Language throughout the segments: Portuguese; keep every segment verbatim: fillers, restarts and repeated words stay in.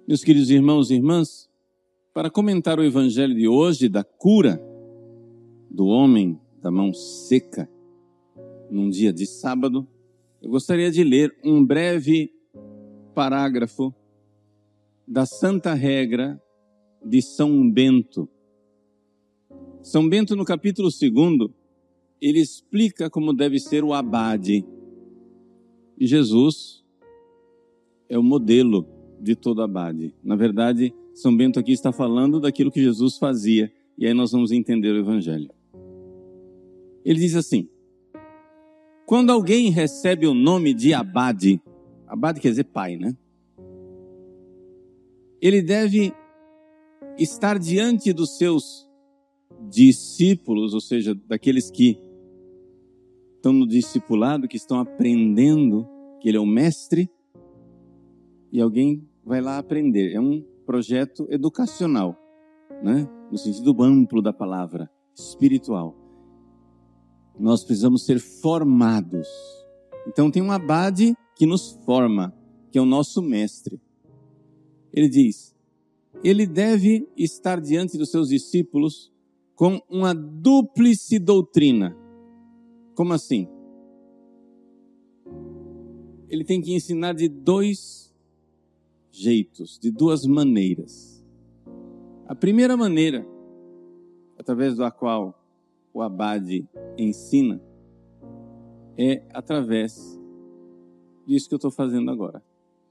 Meus queridos irmãos e irmãs, para comentar o evangelho de hoje da cura do homem da mão seca num dia de sábado, eu gostaria de ler um breve parágrafo da Santa Regra de São Bento. São Bento, no capítulo segundo, ele explica como deve ser o abade. E Jesus é o modelo de todo abade. Na verdade, São Bento aqui está falando daquilo que Jesus fazia. E aí nós vamos entender o evangelho. Ele diz assim: quando alguém recebe o nome de abade, abade quer dizer pai, né? Ele deve estar diante dos seus discípulos, ou seja, daqueles que estão no discipulado, que estão aprendendo, que ele é o mestre, e alguém vai lá aprender. É um projeto educacional, né? No sentido amplo da palavra, espiritual. Nós precisamos ser formados. Então tem um abade que nos forma, que é o nosso mestre. Ele diz, ele deve estar diante dos seus discípulos com uma dúplice doutrina. Como assim? Ele tem que ensinar de dois jeitos, de duas maneiras. A primeira maneira, através da qual o abade ensina, é através disso que eu estou fazendo agora.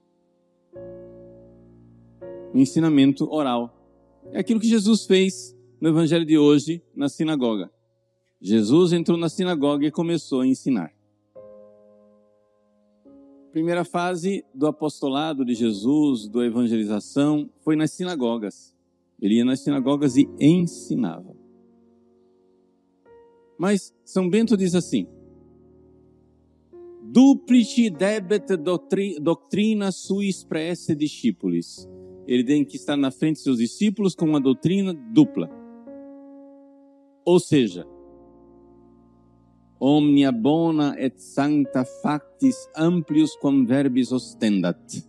O ensinamento oral. É aquilo que Jesus fez no evangelho de hoje na sinagoga. Jesus entrou na sinagoga e começou a ensinar. A primeira fase do apostolado de Jesus, da evangelização, foi nas sinagogas. Ele ia nas sinagogas e ensinava. Mas São Bento diz assim: duplici debet doctrina suis praesse discipulis. Ele tem que estar na frente de seus discípulos com uma doutrina dupla. Ou seja, omnia bona et sancta factis amplius quam verbis ostendat.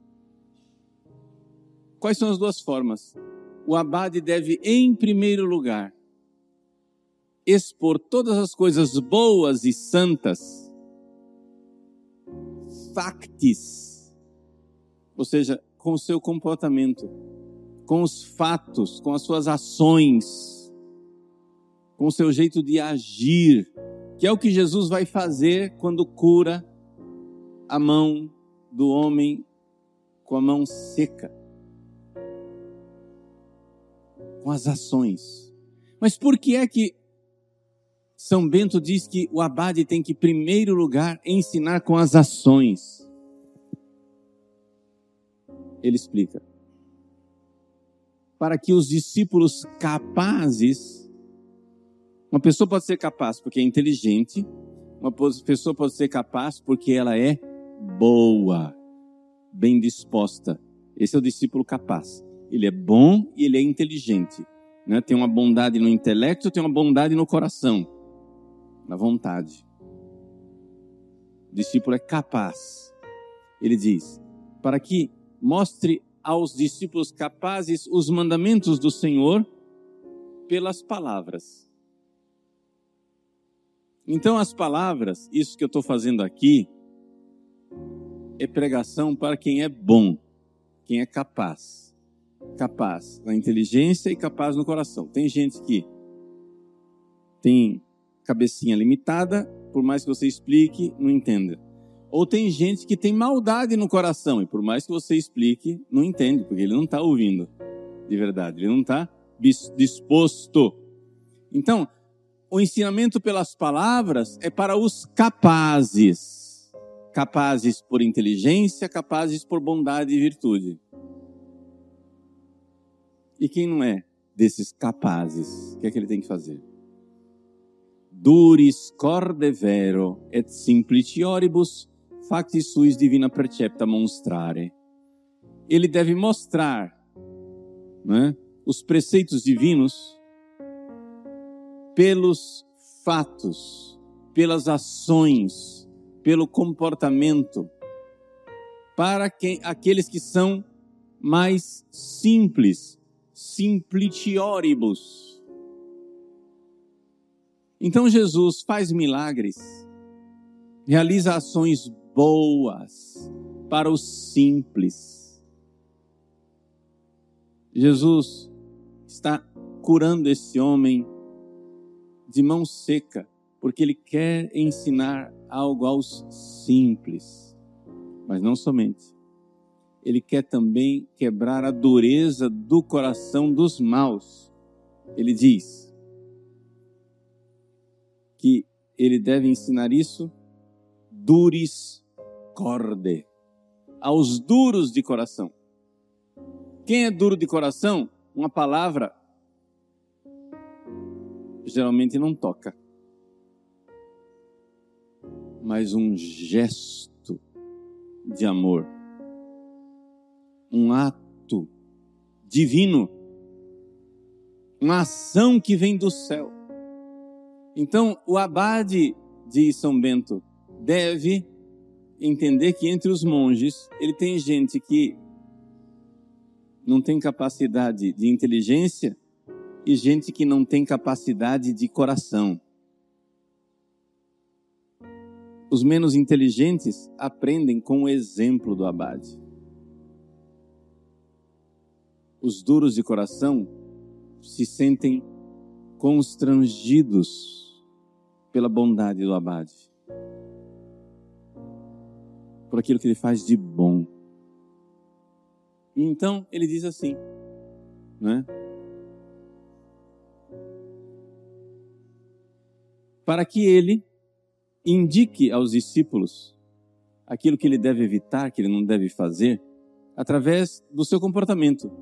Quais são as duas formas? O abade deve, em primeiro lugar, expor todas as coisas boas e santas, factis, ou seja, com o seu comportamento, com os fatos, com as suas ações, com o seu jeito de agir, que é o que Jesus vai fazer quando cura a mão do homem com a mão seca. Com as ações. Mas por que é que São Bento diz que o abade tem que, em primeiro lugar, ensinar com as ações? Ele explica. Para que os discípulos capazes, uma pessoa pode ser capaz porque é inteligente, uma pessoa pode ser capaz porque ela é boa, bem disposta. Esse é o discípulo capaz. Ele é bom e ele é inteligente, né? Tem uma bondade no intelecto, tem uma bondade no coração, na vontade. O discípulo é capaz. Ele diz, para que mostre aos discípulos capazes os mandamentos do Senhor pelas palavras. Então as palavras, isso que eu estou fazendo aqui, é pregação para quem é bom, quem é capaz. Capaz na inteligência e capaz no coração. Tem gente que tem cabecinha limitada, por mais que você explique, não entenda. Ou tem gente que tem maldade no coração, e por mais que você explique, não entende, porque ele não está ouvindo de verdade, ele não está disposto. Então, o ensinamento pelas palavras é para os capazes. Capazes por inteligência, capazes por bondade e virtude. E quem não é desses capazes, o que é que ele tem que fazer? Duris corde vero et simplicioribus factis suis divina percepta monstrare. Ele deve mostrar, né, os preceitos divinos pelos fatos, pelas ações, pelo comportamento, para quem, aqueles que são mais simples, simplicioribus. Então Jesus faz milagres, realiza ações boas para os simples. Jesus está curando esse homem de mão seca, porque ele quer ensinar algo aos simples. Mas não somente. Ele quer também quebrar a dureza do coração dos maus. Ele diz que ele deve ensinar isso duris corde, aos duros de coração. Quem é duro de coração? Uma palavra geralmente não toca, mas um gesto de amor, um ato divino, uma ação que vem do céu. Então, o abade de São Bento deve entender que entre os monges, ele tem gente que não tem capacidade de inteligência e gente que não tem capacidade de coração. Os menos inteligentes aprendem com o exemplo do abade. Os duros de coração se sentem constrangidos pela bondade do abade, por aquilo que ele faz de bom. E então ele diz assim, né? Para que ele indique aos discípulos aquilo que ele deve evitar, que ele não deve fazer, através do seu comportamento.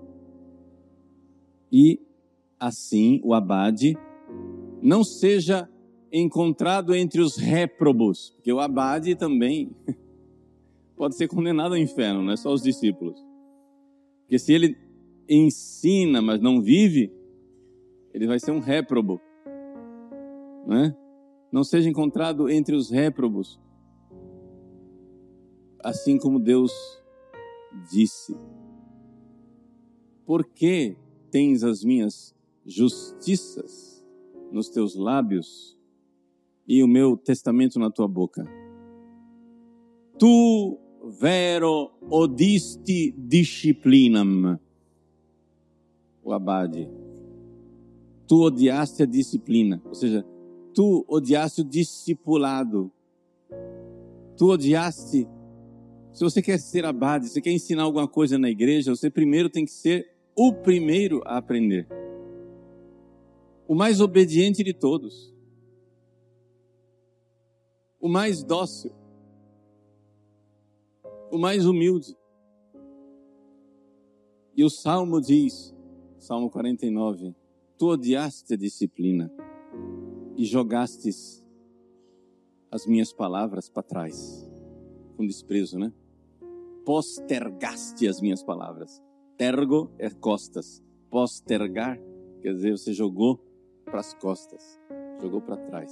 E assim o abade não seja encontrado entre os réprobos, porque o abade também pode ser condenado ao inferno, não é só os discípulos. Porque se ele ensina, mas não vive, ele vai ser um réprobo, não é? Não seja encontrado entre os réprobos, assim como Deus disse. Por que tens as minhas justiças nos teus lábios e o meu testamento na tua boca? Tu vero odisti disciplinam. O abade. Tu odiaste a disciplina, ou seja, tu odiaste o discipulado. Tu odiaste. Se você quer ser abade, você quer ensinar alguma coisa na igreja, você primeiro tem que ser o primeiro a aprender. O mais obediente de todos. O mais dócil. O mais humilde. E o Salmo diz, Salmo quarenta e nove, tu odiaste a disciplina e jogastes as minhas palavras para trás, com desprezo, né? Postergaste as minhas palavras. Tergo é costas. Postergar quer dizer você jogou para as costas, jogou para trás.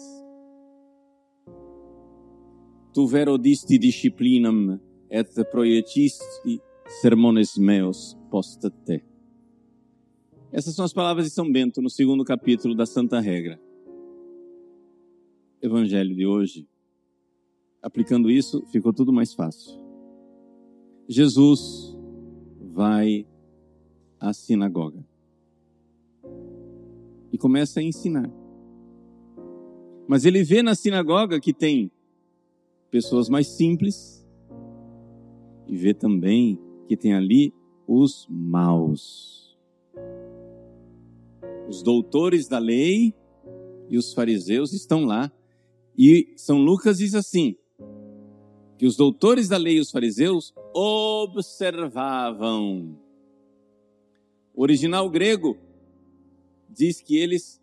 Tu verodisti disciplinam et proiecisti sermones meus post te. Essas são as palavras de São Bento no segundo capítulo da Santa Regra. Evangelho de hoje, aplicando isso, ficou tudo mais fácil. Jesus vai à sinagoga e começa a ensinar. Mas ele vê na sinagoga que tem pessoas mais simples e vê também que tem ali os maus. Os doutores da lei e os fariseus estão lá. E São Lucas diz assim, que os doutores da lei e os fariseus observavam. O original grego diz que eles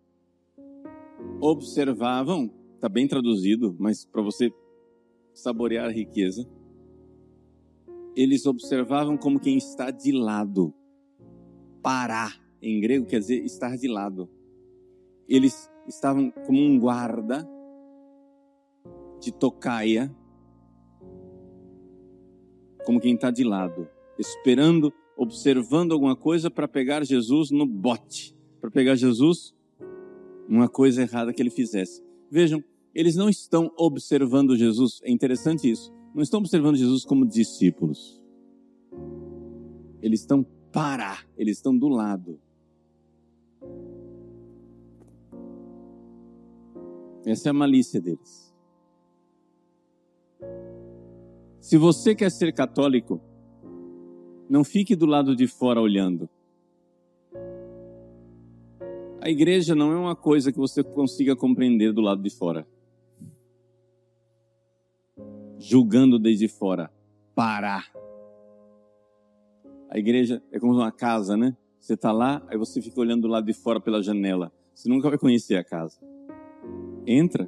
observavam, está bem traduzido, mas para você saborear a riqueza, eles observavam como quem está de lado. Parar, em grego, quer dizer estar de lado. Eles estavam como um guarda de tocaia, como quem está de lado, esperando observando alguma coisa para pegar Jesus no bote, para pegar Jesus numa coisa errada que ele fizesse. Vejam, eles não estão observando Jesus, é interessante isso, não estão observando Jesus como discípulos. Eles estão para, eles estão do lado. Essa é a malícia deles. Se você quer ser católico, não fique do lado de fora olhando. A igreja não é uma coisa que você consiga compreender do lado de fora. Julgando desde fora. Parar. A igreja é como uma casa, né? Você está lá, aí você fica olhando do lado de fora pela janela. Você nunca vai conhecer a casa. Entra.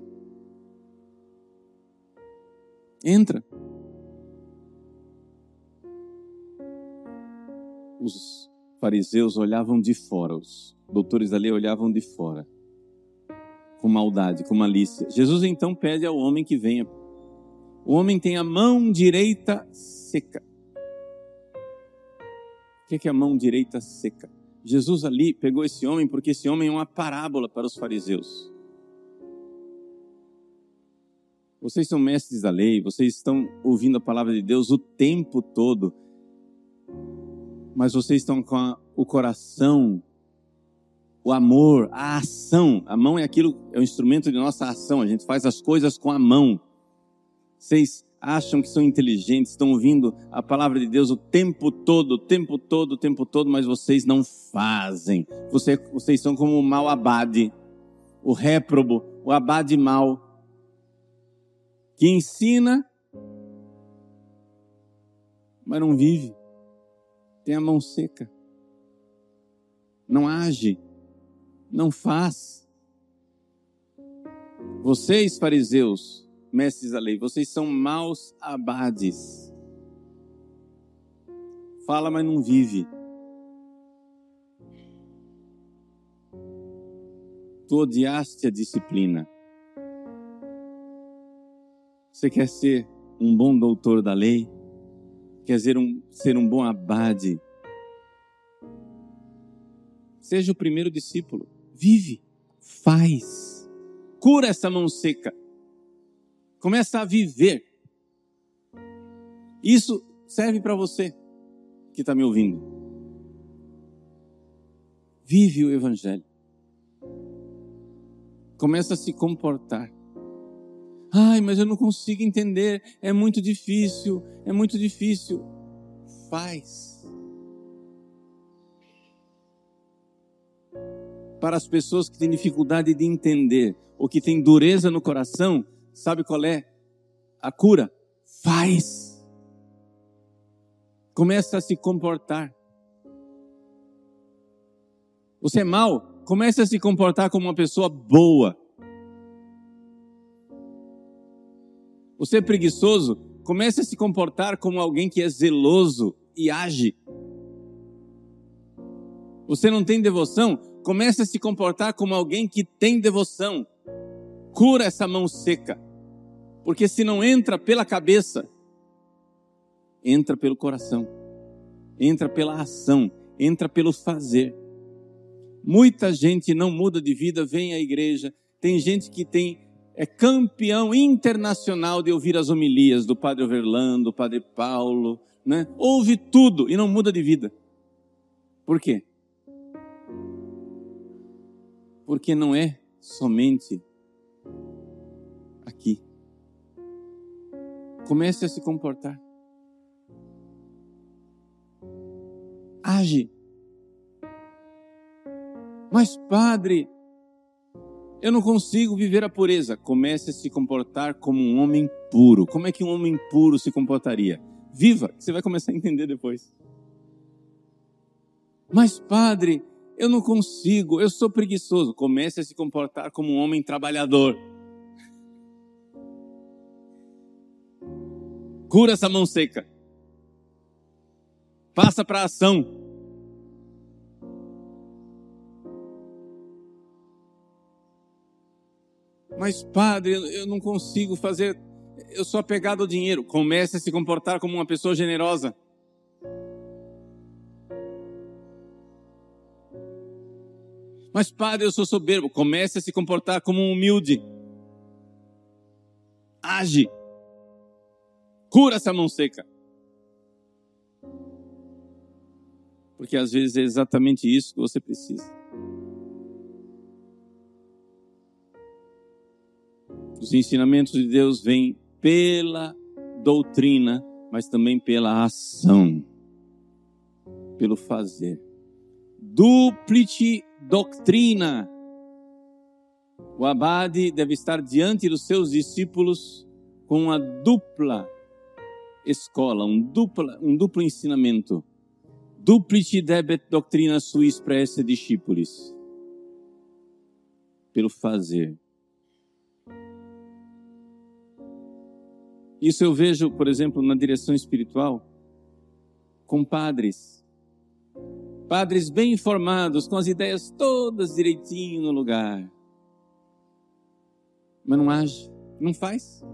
Entra. Os fariseus olhavam de fora, os doutores da lei olhavam de fora, com maldade, com malícia. Jesus então pede ao homem que venha. O homem tem a mão direita seca. O que é a mão direita seca? Jesus ali pegou esse homem porque esse homem é uma parábola para os fariseus. Vocês são mestres da lei, vocês estão ouvindo a palavra de Deus o tempo todo, mas vocês estão com a, o coração, o amor, a ação. A mão é aquilo, é o instrumento de nossa ação. A gente faz as coisas com a mão. Vocês acham que são inteligentes, estão ouvindo a palavra de Deus o tempo todo, o tempo todo, o tempo todo, mas vocês não fazem. Vocês, vocês são como o mau abade, o réprobo, o abade mau, que ensina, mas não vive. Tem a mão seca, não age, não faz. Vocês, fariseus, mestres da lei, vocês são maus abades. Fala, mas não vive. Tu odiaste a disciplina. Você quer ser um bom doutor da lei? Quer ser um, ser um bom abade? Seja o primeiro discípulo. Vive, faz. Cura essa mão seca. Começa a viver. Isso serve para você que está me ouvindo. Vive o Evangelho. Começa a se comportar. Ai, mas eu não consigo entender, é muito difícil, é muito difícil. Faz. Para as pessoas que têm dificuldade de entender, ou que têm dureza no coração, sabe qual é a cura? Faz. Começa a se comportar. Você é mau? Comece a se comportar como uma pessoa boa. Você é preguiçoso? Comece a se comportar como alguém que é zeloso e age. Você não tem devoção? Comece a se comportar como alguém que tem devoção. Cura essa mão seca. Porque se não entra pela cabeça, entra pelo coração. Entra pela ação. Entra pelo fazer. Muita gente não muda de vida, vem à igreja. Tem gente que tem... é campeão internacional de ouvir as homilias do Padre Overlando, do Padre Paulo, né? Ouve tudo e não muda de vida. Por quê? Porque não é somente aqui. Comece a se comportar. Age. Mas, padre, eu não consigo viver a pureza. Comece a se comportar como um homem puro. Como é que um homem puro se comportaria? Viva, que você vai começar a entender depois. Mas, padre, eu não consigo, eu sou preguiçoso. Comece a se comportar como um homem trabalhador. Cura essa mão seca. Passa para a ação. Mas, padre, eu não consigo fazer, eu sou apegado ao dinheiro. Comece a se comportar como uma pessoa generosa. Mas padre, eu sou soberbo. Comece a se comportar como um humilde. Age. Cura essa mão seca. Porque às vezes é exatamente isso que você precisa. Os ensinamentos de Deus vêm pela doutrina, mas também pela ação. Pelo fazer. Duplicite doutrina. O abade deve estar diante dos seus discípulos com uma dupla escola, um duplo, um duplo ensinamento. Duplicite debet doctrina suis praece discipulis. Pelo fazer. Isso eu vejo, por exemplo, na direção espiritual, com padres. Padres bem informados, com as ideias todas direitinho no lugar. Mas não age, não faz.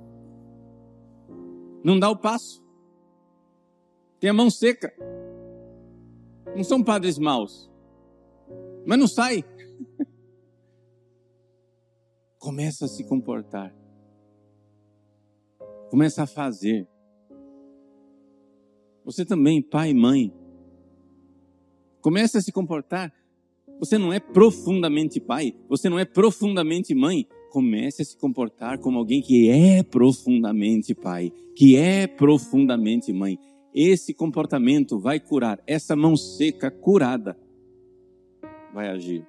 Não dá o passo. Tem a mão seca. Não são padres maus. Mas não sai. Começa a se comportar. Começa a fazer. Você também, pai e mãe. Começa a se comportar. Você não é profundamente pai. Você não é profundamente mãe. Comece a se comportar como alguém que é profundamente pai. Que é profundamente mãe. Esse comportamento vai curar. Essa mão seca curada vai agir.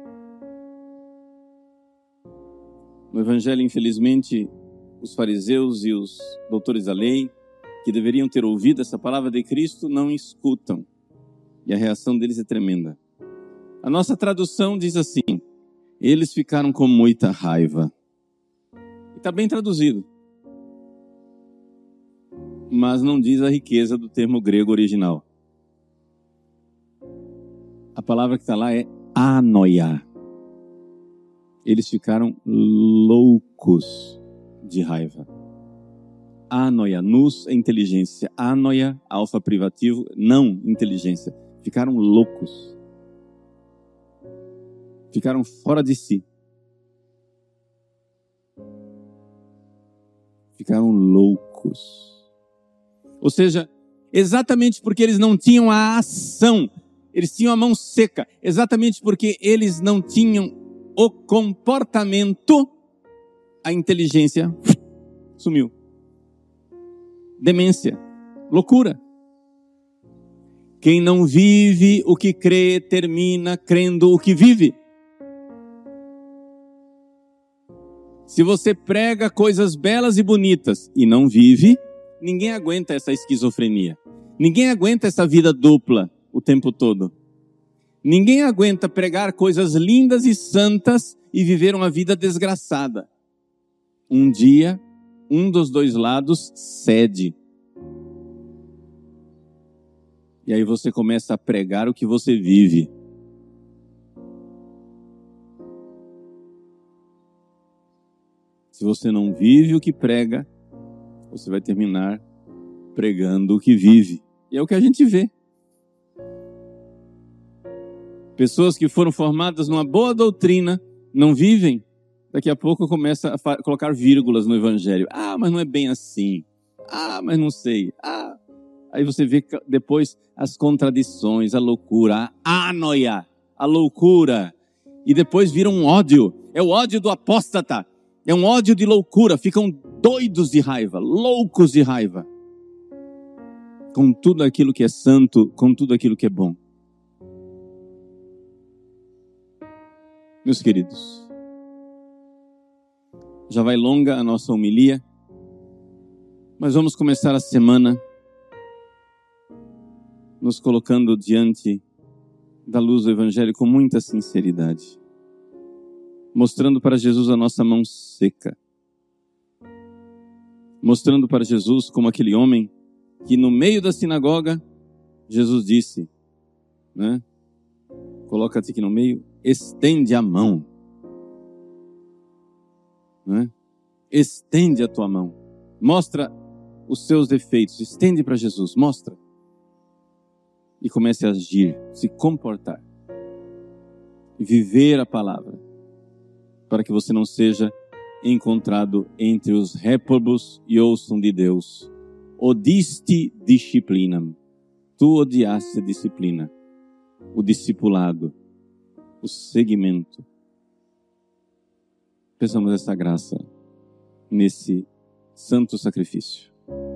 No Evangelho, infelizmente, os fariseus e os doutores da lei, que deveriam ter ouvido essa palavra de Cristo, não escutam. E a reação deles é tremenda. A nossa tradução diz assim: eles ficaram com muita raiva. E está bem traduzido. Mas não diz a riqueza do termo grego original. A palavra que está lá é anoia. Eles ficaram loucos de raiva. Anoia, nus é inteligência. Anoia, alfa privativo, não inteligência. Ficaram loucos. Ficaram fora de si. Ficaram loucos. Ou seja, exatamente porque eles não tinham a ação, eles tinham a mão seca, exatamente porque eles não tinham o comportamento, a inteligência sumiu. Demência, loucura. Quem não vive o que crê, termina crendo o que vive. Se você prega coisas belas e bonitas e não vive, ninguém aguenta essa esquizofrenia. Ninguém aguenta essa vida dupla o tempo todo. Ninguém aguenta pregar coisas lindas e santas e viver uma vida desgraçada. Um dia, um dos dois lados cede. E aí você começa a pregar o que você vive. Se você não vive o que prega, você vai terminar pregando o que vive. E é o que a gente vê. Pessoas que foram formadas numa boa doutrina, não vivem, daqui a pouco começa a colocar vírgulas no evangelho. Ah, mas não é bem assim. Ah, mas não sei. Ah. Aí você vê depois as contradições, a loucura, a anoia, a loucura. E depois vira um ódio. É o ódio do apóstata. É um ódio de loucura. Ficam doidos de raiva, loucos de raiva. Com tudo aquilo que é santo, com tudo aquilo que é bom. Meus queridos, já vai longa a nossa homilia, mas vamos começar a semana nos colocando diante da luz do Evangelho com muita sinceridade, mostrando para Jesus a nossa mão seca, mostrando para Jesus como aquele homem que no meio da sinagoga, Jesus disse, né? Coloca-te aqui no meio, estende a mão, né? Estende a tua mão, mostra os seus defeitos, estende para Jesus, mostra. E comece a agir, se comportar. viver a palavra, para que você não seja encontrado entre os réprobos e ouçam de Deus: odiste disciplinam. Tu odiaste a disciplina, o discipulado, o seguimento. Peçamos essa graça nesse santo sacrifício.